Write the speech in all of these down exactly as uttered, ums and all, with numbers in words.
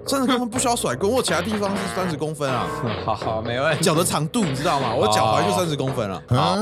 三十公分不需要甩棍，我其他地方是三十公分啊。 好好，没问题。 脚的长度你知道吗？我脚踝就三十公分了。好。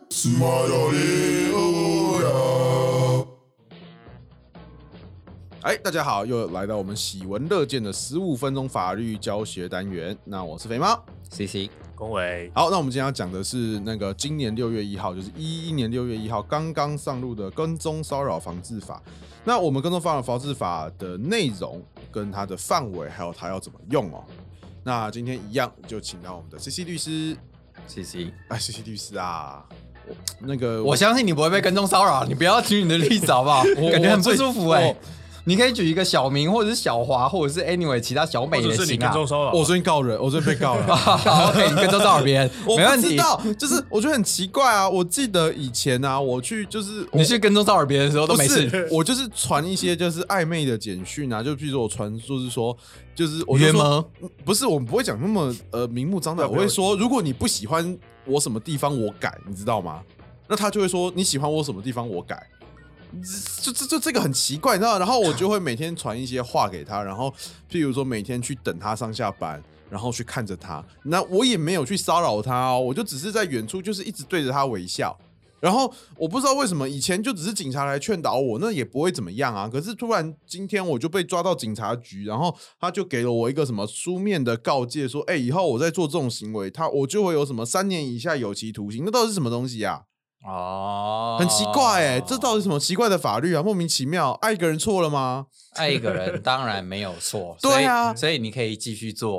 哎，大家好，又来到我们喜闻乐见的十五分钟法律教学单元。那我是肥猫 ，C C， 恭维。 好，那我们今天要讲的是那个今年六月一号，就是一一年六月一号刚刚上路的跟踪骚扰防治法。那我们跟踪骚扰防治法的内容、跟它的范围，还有它要怎么用哦。那今天一样就请到我们的 C C 律师 ，C C， 哎 ，C C 律师啊。我那个我，我相信你不会被跟踪骚扰，你不要举你的例子好不好？感觉很不舒服哎、欸。你可以举一个小明，或者是小华，或者是 anyway 其他小美的型啊。 我最近告人，我最近被告了。 好 ，OK， 你跟踪骚扰别人，没问题。 我不知道，就是我觉得很奇怪啊。我记得以前啊，我去就是你去跟踪骚扰别人的时候都没事， 我就是传一些就是暧昧的简讯啊，就譬如说我传，就是说，就是我就约吗？ 不是，我们不会讲那么呃明目张胆，我会说，如果你不喜欢我什么地方，我改，你知道吗？那他就会说你喜欢我什么地方，我改。就就就这个很奇怪，你知道？然后我就会每天传一些话给他，然后譬如说每天去等他上下班，然后去看着他。那我也没有去骚扰他哦，我就只是在远处就是一直对着他微笑。然后我不知道为什么以前就只是警察来劝导我，那也不会怎么样啊。可是突然今天我就被抓到警察局，然后他就给了我一个什么书面的告诫，说，哎、欸，以后我在做这种行为，他我就会有什么三年以下有期徒刑。那到底是什么东西啊？ 哦， 很奇怪哎、欸，这到底是什么奇怪的法律啊？莫名其妙，爱一个人错了吗？ 爱一个人当然没有错， 对啊， 所以，所以你可以继续做，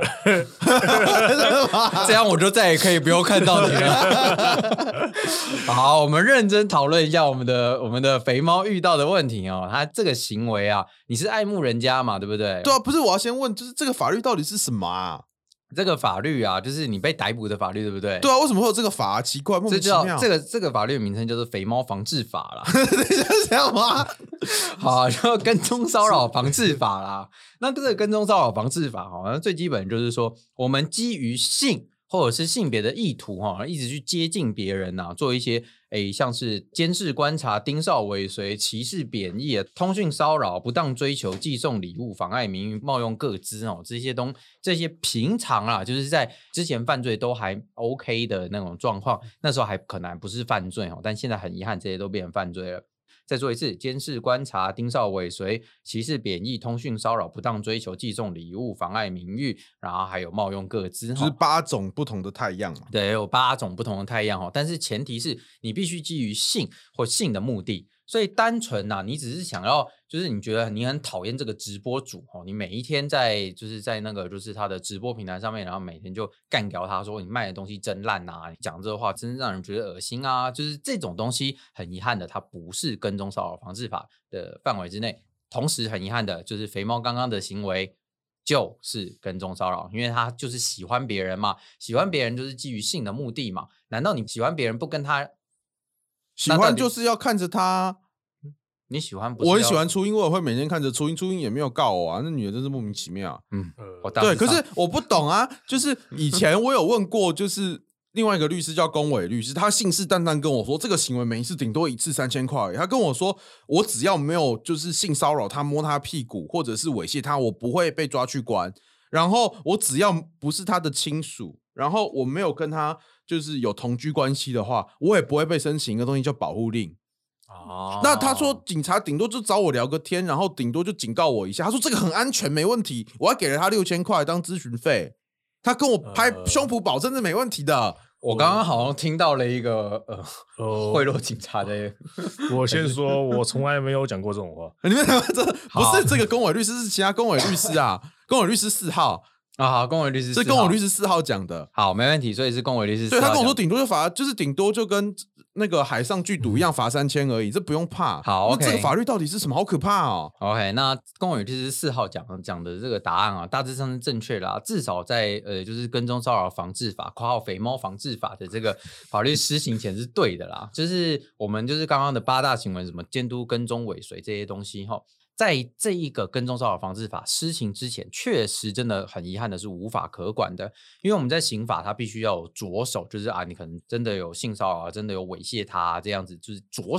这样我就再也可以不用看到你了。好，我们认真讨论一下我们的我们的肥猫遇到的问题哦。他这个行为啊，你是爱慕人家嘛，对不对？ 对啊，不是，我要先问，就是这个法律到底是什么啊？ 这个法律啊，就是你被逮捕的法律，对不对？ 对啊，为什么会有这个法、啊？奇怪，莫名其妙。 这个这个法律的名称就是肥猫防治法啦。 这样吗？ 好，就跟踪骚扰防治法啦。那这个跟踪骚扰防治法，好像最基本就是说，我们基于性或者是性别的意图，哈，一直去接近别人啊，做一些诶，像是监视、观察、盯梢、尾随、歧视、贬义、通讯骚扰、不当追求、寄送礼物、妨碍名誉、冒用个资哦，这些东这些平常啊，就是在之前犯罪都还 OK 的那种状况，那时候还可能不是犯罪哦，但现在很遗憾，这些都变成犯罪了。再做一次，监视、观察、盯梢、尾随、歧视、贬义、通讯骚扰、不当追求、寄送礼物、妨碍名誉，然后还有冒用个资， 就是八种不同的太阳嘛。 对，有八种不同的太阳，但是前提是你必须基于性或性的目的。所以单纯啊，你只是想要，就是你觉得你很讨厌这个直播主哦，你每一天在就是在那个就是他的直播平台上面，然后每天就干掉他说你卖的东西真烂啊，你讲这个话真是让人觉得恶心啊，就是这种东西很遗憾的，它不是跟踪骚扰防治法的范围之内。同时很遗憾的就是肥猫刚刚的行为就是跟踪骚扰，因为他就是喜欢别人嘛，喜欢别人就是基于性的目的嘛，难道你喜欢别人不跟他？ 喜欢就是要看着他， 你喜欢不是？ 我很喜欢初音，我也会每天看着初音，初音也没有告我啊，那女的真是莫名其妙。 嗯，我对，可是我不懂啊，就是以前我有问过，就是另外一个律师叫龚伟律师，他信誓旦旦跟我说，这个行为每一次顶多一次三千块而已。他跟我说，我只要没有就是性骚扰他、摸他屁股或者是猥亵他，我不会被抓去关。然后我只要不是他的亲属，然后我没有跟他就是有同居关系的话，我也不会被申请一个东西叫保护令。哦，那他说警察顶多就找我聊个天，然后顶多就警告我一下。他说这个很安全，没问题。我还给了他六千块当咨询费，他跟我拍胸脯保证是没问题的。呃、 我刚刚好像听到了一个呃贿赂警察的。 我先说，我从来没有讲过这种话。 你们这不是这个龚伟律师，是其他龚伟律师啊，龚伟律师四号。 啊，好，龚伟律师是龚伟律师四号讲的， 好，没问题，所以是龚伟律师四号。 对，他跟我说顶多就罚，就是顶多就跟那个海上剧赌一样罚三千而已，这不用怕。 好 ，OK， 这个法律到底是什么？好可怕哦。 OK， 那龚伟律师四号讲讲的这个答案啊，大致上是正确的啊，至少在呃就是跟踪骚扰防治法（括号肥猫防治法）的这个法律施行前是对的啦。就是我们就是刚刚的八大行为，什么监督、跟踪、尾随这些东西哈。在这一个跟踪骚扰防治法施行之前，确实真的很遗憾的是无法可管的，因为我们在刑法它必须要有着手，就是啊，你可能真的有性骚扰，真的有猥亵他、啊、这样子，就是着手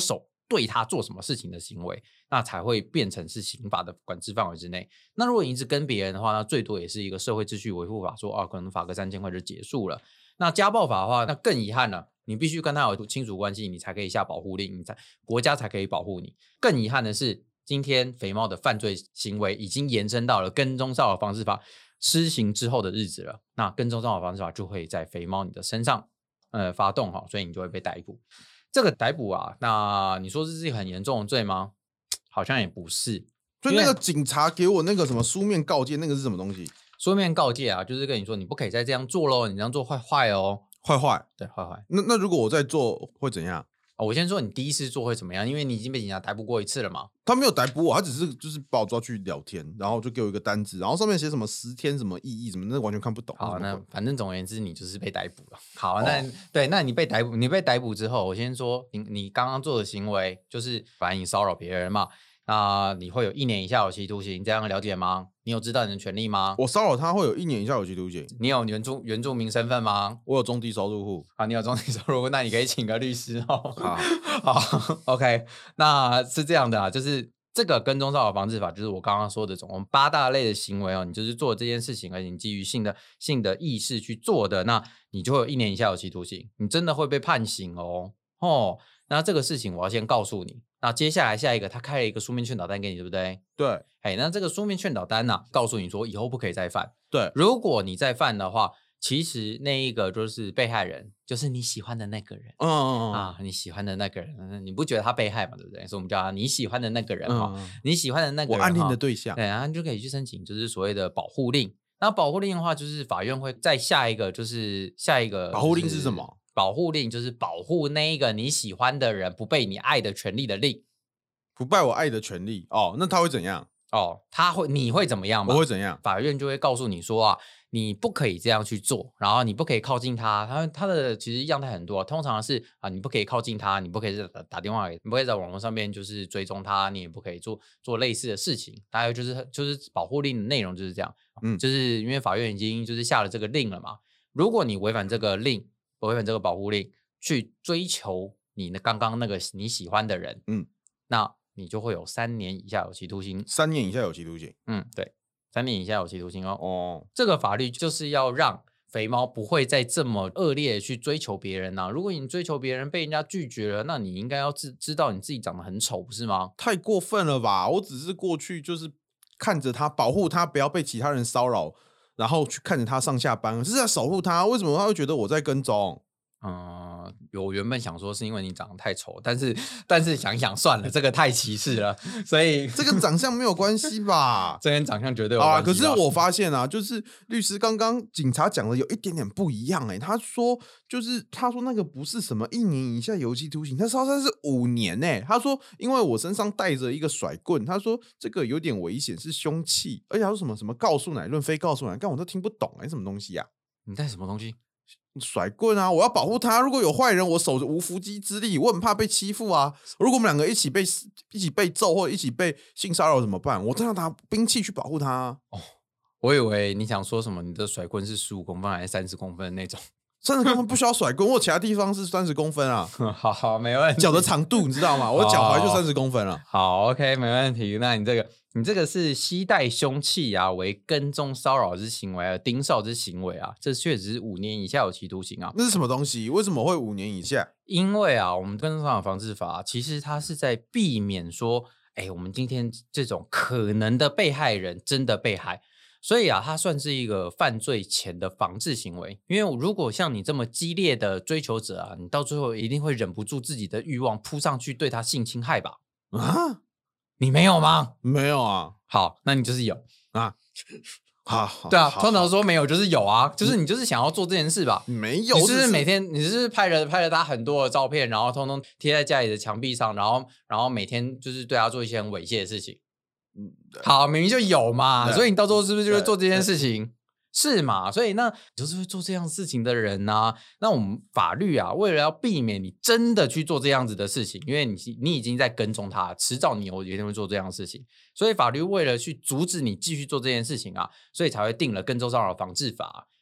对他做什么事情的行为，那才会变成是刑法的管制范围之内。那如果你一直跟别人的话，那最多也是一个社会秩序维护法，说哦，可能罚个三千块就结束了。那家暴法的话，那更遗憾了，你必须跟他有亲属关系，你才可以下保护令，你才国家才可以保护你。更遗憾的是，今天肥猫的犯罪行为已经延伸到了跟踪骚扰防治法施行之后的日子了，那跟踪骚扰防治法就会在肥猫你的身上呃发动哈，所以你就会被逮捕。这个逮捕啊，那你说这是一个很严重的罪吗？好像也不是。 所以那个警察给我那个什么书面告诫，那个是什么东西？ 书面告诫啊，就是跟你说你不可以再这样做咯，你这样做坏坏哦， 坏坏， 对，坏坏。 那那如果我再做会怎样？ 哦，我先说你第一次做会怎么样，因为你已经被警察逮捕过一次了嘛。 他没有逮捕我，他只是就是把我抓去聊天，然后就给我一个单子，然后上面写什么十天什么意义什么，那完全看不懂。 好，那反正总而言之，你就是被逮捕了。好，那、哦、对，那你被逮捕，你被逮捕之后，我先说你你刚刚做的行为就是反映骚扰别人嘛。那你会有一年以下有期徒刑，这样了解吗？你有知道你的权利吗？ 我骚扰他会有一年以下有期徒刑。 你有原住原住民身份吗？ 我有中低收入户。 好，你有中低收入户，那你可以请个律师哦。好，好 ，OK， 那是这样的啊，就是这个跟踪骚扰防治法，就是我刚刚说的总共八大类的行为哦，你就是做这件事情，而且你基于性的性的意识去做的，那你就会有一年以下有期徒刑，你真的会被判刑哦。哦，那这个事情我要先告诉你。那接下来下一个，他开了一个书面劝导单给你，对不对？ 对。 哎，那这个书面劝导单呢、啊，告诉你说以后不可以再犯。 对， 如果你再犯的话，其实那一个就是被害人，就是你喜欢的那个人。 嗯嗯嗯啊，你喜欢的那个人，你不觉得他被害嘛？对不对？所以我们叫他你喜欢的那个人哈、嗯，你喜欢的那个人， 我暗恋的对象。 对，然后你就可以去申请，就是所谓的保护令。那保护令的话，就是法院会再下一个，就是下一个、就是、 保护令是什么？ 保护令就是保护那一个你喜欢的人不被你爱的权利的令。 不败我爱的权利哦，那他会怎样？ 哦，他会，你会怎么样吗？ 我会怎样？ 法院就会告诉你说啊，你不可以这样去做，然后你不可以靠近他。他他的其实样态很多、啊，通常是啊，你不可以靠近他，你不可以打打电话给，你不可以在网络上面就是追踪他，你也不可以做做类似的事情。大概就是就是保护令的内容就是这样，嗯，就是因为法院已经就是下了这个令了嘛。如果你违反这个令，违反这个保护令，去追求你的刚刚那个你喜欢的人，嗯，那你就会有三年以下有期徒刑。 三年以下有期徒刑。 嗯，对，三年以下有期徒刑哦。 哦， 这个法律就是要让肥猫不会再这么恶劣的去追求别人啊。如果你追求别人被人家拒绝了，那你应该要知知道你自己长得很丑，不是吗？ 太过分了吧！我只是过去就是看着他，保护他不要被其他人骚扰，然后去看着他上下班，是在守护他。为什么他会觉得我在跟踪？ 嗯，我原本想说是因为你长得太丑，但是但是想想算了，这个太歧视了，所以这跟长相没有关系吧？ 这跟长相绝对有关系吧。 啊！可是我发现啊，就是律师刚刚警察讲的有一点点不一样哎、欸，他说就是他说那个不是什么一年以下有期徒刑，他说他是五年哎、欸，他说因为我身上带着一个甩棍，他说这个有点危险，是凶器，而且他说什么什么告诉乃论非告诉乃，但我都听不懂哎、欸，什么东西呀、 啊？你带什么东西？ 甩棍啊！我要保护他。如果有坏人，我手无缚鸡之力，我很怕被欺负啊。如果我们两个一起被一起被揍，或者一起被性骚扰怎么办？我真的拿兵器去保护他、啊。 哦，我以为你想说什么？你的甩棍是十五公分还是三十公分的那种？ 三十公分不需要甩棍，我其他地方是三十公分啊。 好好，没问题。 脚的长度你知道吗？我脚踝就三十公分了。 好 ，OK， 没问题。那你这个，你这个是携带凶器啊，为跟踪骚扰之行为啊，盯梢之行为啊，这确实是五年以下有期徒刑啊。 那是什么东西？为什么会五年以下？ 因为啊，我们跟踪骚扰防治法、啊、其实它是在避免说，哎，我们今天这种可能的被害人真的被害。所以啊，它算是一个犯罪前的防治行为。因为如果像你这么激烈的追求者啊，你到最后一定会忍不住自己的欲望扑上去对他性侵害吧？啊，你没有吗？ 没有啊。 好，那你就是有啊。 好， 对啊，通常说没有就是有啊，就是你就是想要做这件事吧？ 没有， 你是不是每天你是不是拍了拍了他很多的照片，然后通通贴在家里的墙壁上，然后然后每天就是对他做一些很猥亵的事情？好，明明就有嘛，所以你到时候是不是就会做这件事情？是嘛？所以那你就是会做这样事情的人啊。那我们法律啊，为了要避免你真的去做这样子的事情，因为你你已经在跟踪他，迟早你有一天会做这样的事情，所以法律为了去阻止你继续做这件事情啊，所以才会定了跟踪骚扰防治法。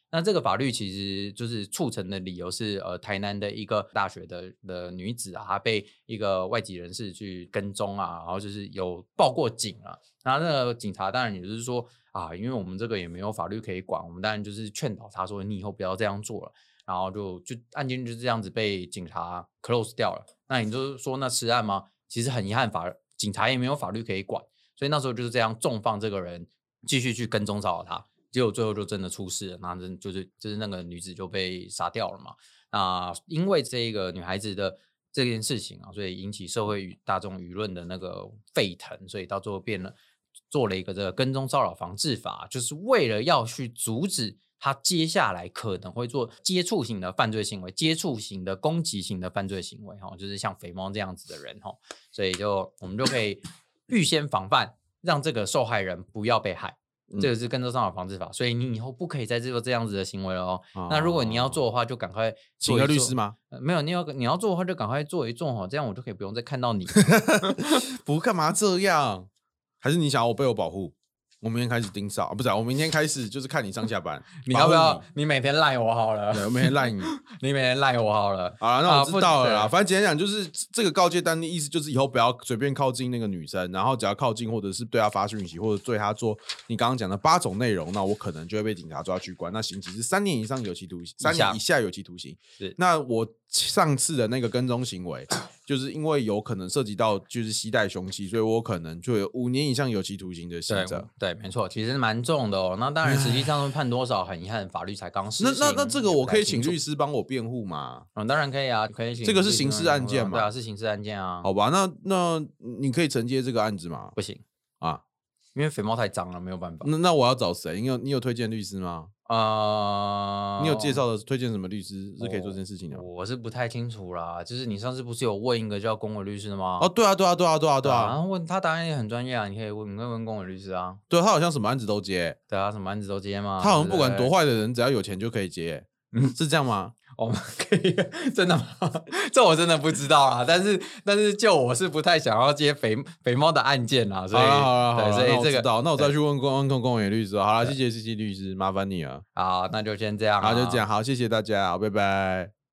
那这个法律其实就是促成的理由是，呃，台南的一个大学的的女子啊，她被一个外籍人士去跟踪啊，然后就是有报过警啊。然后那个警察当然也就是说啊，因为我们这个也没有法律可以管，我们当然就是劝导他说，你以后不要这样做了。然后就就案件就是这样子被警察 close 掉了。那你就是说那吃案吗？其实很遗憾，法警察也没有法律可以管，所以那时候就是这样重放这个人，继续去跟踪骚扰他。结果最后就真的出事了，那真就是就是那个女子就被杀掉了嘛。那因为这个女孩子的这件事情啊，所以引起社会与大众舆论的那个沸腾，所以到最后变了做了一个这个跟踪骚扰防治法，就是为了要去阻止他接下来可能会做接触型的犯罪行为、接触型的攻击型的犯罪行为，就是像肥猫这样子的人，所以就我们就可以预先防范，让这个受害人不要被害。 嗯、 这个是跟踪骚扰防治法，所以你以后不可以再做这样子的行为了哦。哦那如果你要做的话，就赶快请个律师吗？ 呃、没有，你要你要做的话，就赶快做一做哦，这样我就可以不用再看到你。 不干嘛这样？还是你想要我被我保护？我明天开始盯梢、啊，不是、啊，我明天开始就是看你上下班。 你要不要？你每天赖我好了。 对，我每天赖你， 你每天赖我好了。 好了，那我知道了啦。啊、反正简单讲，就是这个告诫单的意思，就是以后不要随便靠近那个女生，然后只要靠近或者是对她发讯息，或者对她做你刚刚讲的八种内容，那我可能就会被警察抓去关。那刑期是三年以上有期徒刑，三年以下有期徒刑。 是。 那我上次的那个跟踪行为，就是因为有可能涉及到就是携带凶器，所以我可能就有五年以上有期徒刑的刑责。 对，没错，其实蛮重的哦。那当然，实际上判多少，很遗憾，法律才刚实行。 那那那这个我可以请律师帮我辩护吗？ 嗯，当然可以啊，可以请。 这个是刑事案件嘛？ 对啊，是刑事案件啊。 好吧，那那你可以承接这个案子吗？ 不行啊， 因为肥猫太脏了，没有办法。 那那我要找谁？你有你有推荐律师吗？ 呃， 你有介绍的推荐什么律师是可以做这件事情的？ 我是不太清楚啦。就是你上次不是有问一个叫龚伟律师的吗？ 哦，对啊，对啊，对啊，对啊，对啊。 然后问他答案也很专业啊，你可以问，你可以问龚伟律师啊。 对，他好像什么案子都接。 对啊，什么案子都接吗？ 他好像不管多坏的人，只要有钱就可以接。嗯，是这样吗？ 我们可以真的吗？这我真的不知道啦。但是但是就我是不太想要接肥肥猫的案件啦，所以好了好了好了， 所以这个那我再去问公公公远律师。好了，谢谢谢谢律师，麻烦你了。 好，那就先这样。 好，就这样，好，谢谢大家，好，拜拜。